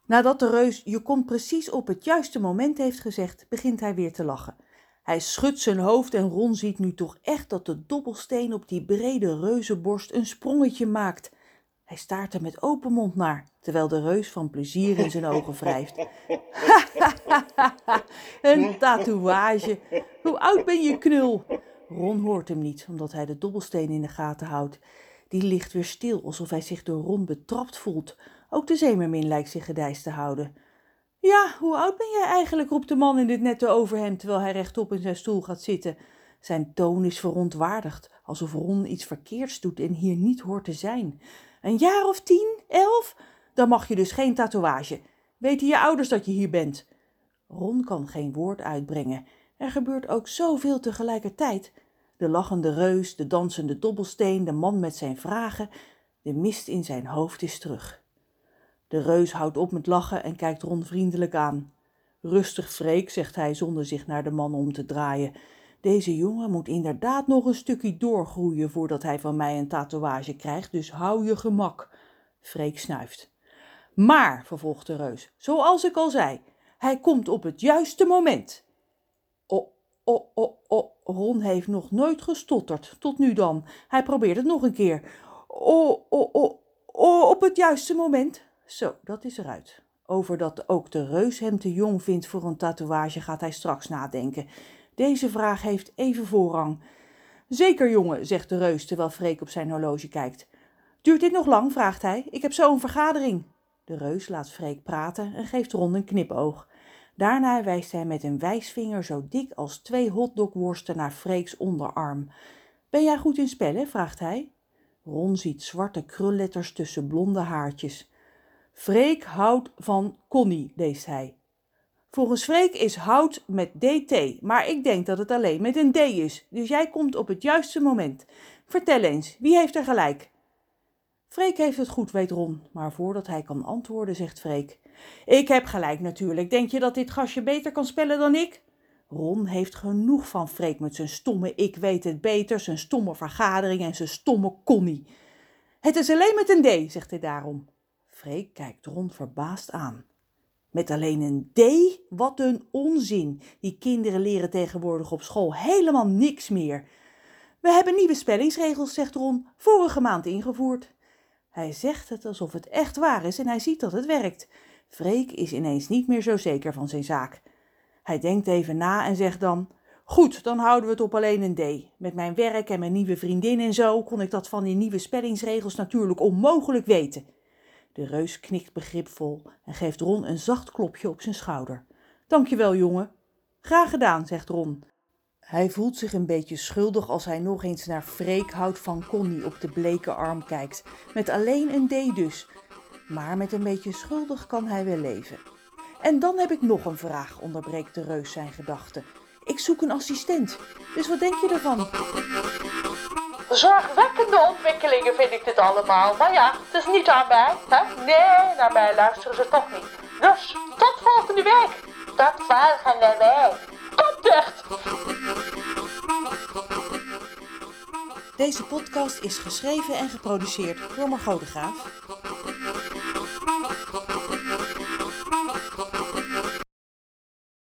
Nadat de reus "je komt precies op het juiste moment" heeft gezegd, begint hij weer te lachen. Hij schudt zijn hoofd en Ron ziet nu toch echt dat de dobbelsteen op die brede reuzenborst een sprongetje maakt. Hij staart er met open mond naar, terwijl de reus van plezier in zijn ogen wrijft. Een tatoeage! Hoe oud ben je, knul? Ron hoort hem niet, omdat hij de dobbelsteen in de gaten houdt. Die ligt weer stil, alsof hij zich door Ron betrapt voelt. Ook de zeemermin lijkt zich gedijst te houden. Ja, hoe oud ben jij eigenlijk, roept de man in dit nette overhemd, terwijl hij rechtop in zijn stoel gaat zitten. Zijn toon is verontwaardigd, alsof Ron iets verkeerds doet en hier niet hoort te zijn. Een jaar of 10, 11? Dan mag je dus geen tatoeage. Weten je ouders dat je hier bent? Ron kan geen woord uitbrengen. Er gebeurt ook zoveel tegelijkertijd. De lachende reus, de dansende dobbelsteen, de man met zijn vragen. De mist in zijn hoofd is terug. De reus houdt op met lachen en kijkt Ron vriendelijk aan. Rustig, Freek, zegt hij zonder zich naar de man om te draaien. Deze jongen moet inderdaad nog een stukje doorgroeien voordat hij van mij een tatoeage krijgt, dus hou je gemak. Freek snuift. Maar, vervolgt de reus, zoals ik al zei, hij komt op het juiste moment. Ron heeft nog nooit gestotterd, tot nu dan. Hij probeert het nog een keer. Op het juiste moment. Zo, dat is eruit. Over dat ook de reus hem te jong vindt voor een tatoeage gaat hij straks nadenken. Deze vraag heeft even voorrang. Zeker, jongen, zegt de reus terwijl Freek op zijn horloge kijkt. Duurt dit nog lang, vraagt hij. Ik heb zo een vergadering. De reus laat Freek praten en geeft Ron een knipoog. Daarna wijst hij met een wijsvinger zo dik als 2 hotdogworsten naar Freeks onderarm. Ben jij goed in spellen? Vraagt hij. Ron ziet zwarte krulletters tussen blonde haartjes. Freek houdt van Connie, leest hij. Volgens Freek is hout met DT, maar ik denk dat het alleen met een D is, dus jij komt op het juiste moment. Vertel eens, wie heeft er gelijk? Freek heeft het goed, weet Ron, maar voordat hij kan antwoorden zegt Freek. Ik heb gelijk natuurlijk, denk je dat dit gastje beter kan spellen dan ik? Ron heeft genoeg van Freek met zijn stomme ik weet het beter, zijn stomme vergadering en zijn stomme Connie. Het is alleen met een D, zegt hij daarom. Freek kijkt Ron verbaasd aan. Met alleen een D? Wat een onzin. Die kinderen leren tegenwoordig op school helemaal niks meer. We hebben nieuwe spellingsregels, zegt Ron, vorige maand ingevoerd. Hij zegt het alsof het echt waar is en hij ziet dat het werkt. Freek is ineens niet meer zo zeker van zijn zaak. Hij denkt even na en zegt dan: goed, dan houden we het op alleen een D. Met mijn werk en mijn nieuwe vriendin en zo kon ik dat van die nieuwe spellingsregels natuurlijk onmogelijk weten. De reus knikt begripvol en geeft Ron een zacht klopje op zijn schouder. Dankjewel, jongen. Graag gedaan, zegt Ron. Hij voelt zich een beetje schuldig als hij nog eens naar Freek houdt van Connie op de bleke arm kijkt. Met alleen een D dus. Maar met een beetje schuldig kan hij wel leven. En dan heb ik nog een vraag, onderbreekt de reus zijn gedachten. Ik zoek een assistent, dus wat denk je ervan? Zorgwekkende ontwikkelingen vind ik dit allemaal. Maar ja, het is niet aan mij. Hè? Nee, naar mij luisteren ze toch niet. Dus, tot volgende week. Tot volgende week. Tot dicht. Deze podcast is geschreven en geproduceerd door Margot de Graaf.